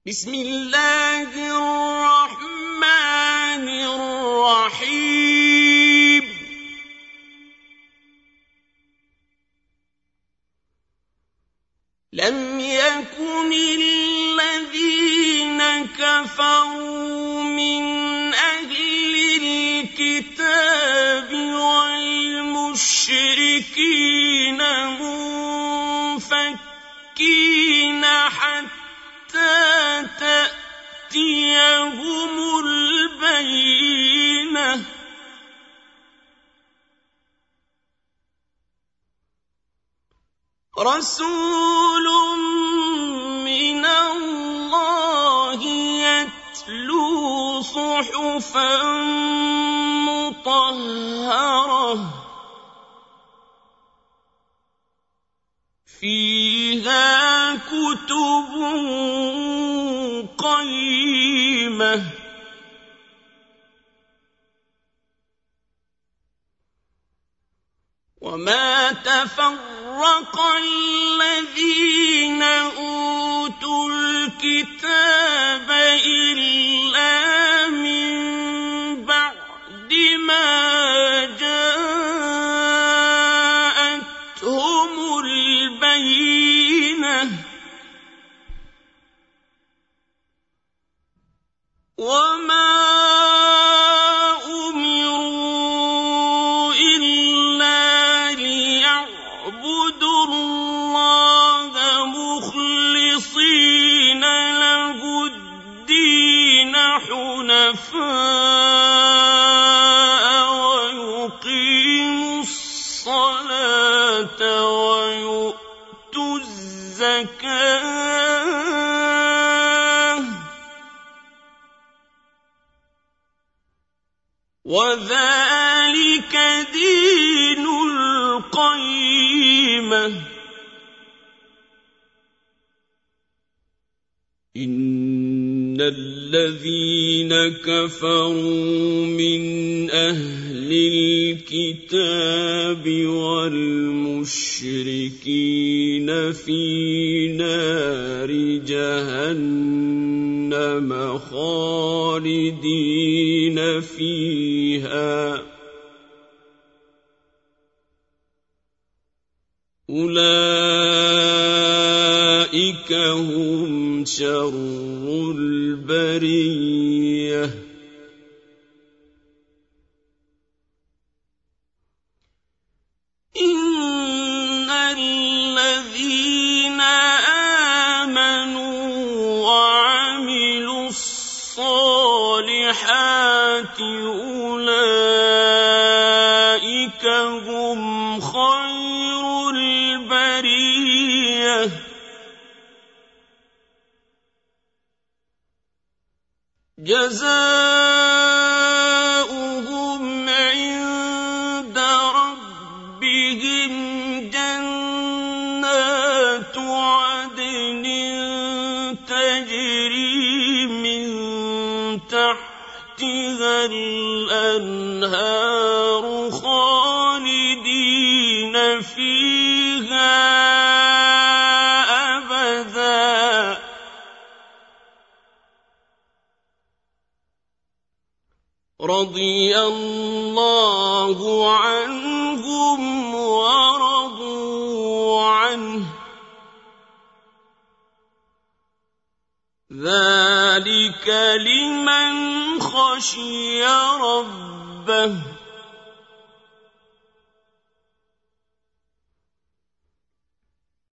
بسم الله الرحمن الرحيم لم يكن الذين كفروا من أهل الكتاب والمشركين منفكين حتى تأتيهم البينة رسول من الله يتلو صحفا مطهرة فيها كتب قيمة وما تفرق الذين أوتوا الكتاب إلا من بعد ما جاءتهم البينة وما أمروا إلا ليعبدوا الله مخلصين له الدين حنفاء ويقيموا الصلاة ويؤتوا الزكاة وذلك دين القيمة إن الذين كفروا من أهل الكتاب والمشركين في نار جهنم خالدين فيها أولئك هم شر البرية إن الذين آمنوا وعملوا الصالحات أولئك هم خير البرية جزاؤهم عند ربهم جنات عدن تجري من تحتها الأنهار خالدين فيها أبدا رضي الله عنهم ورضوا عنه ذلك لمن خشي ربه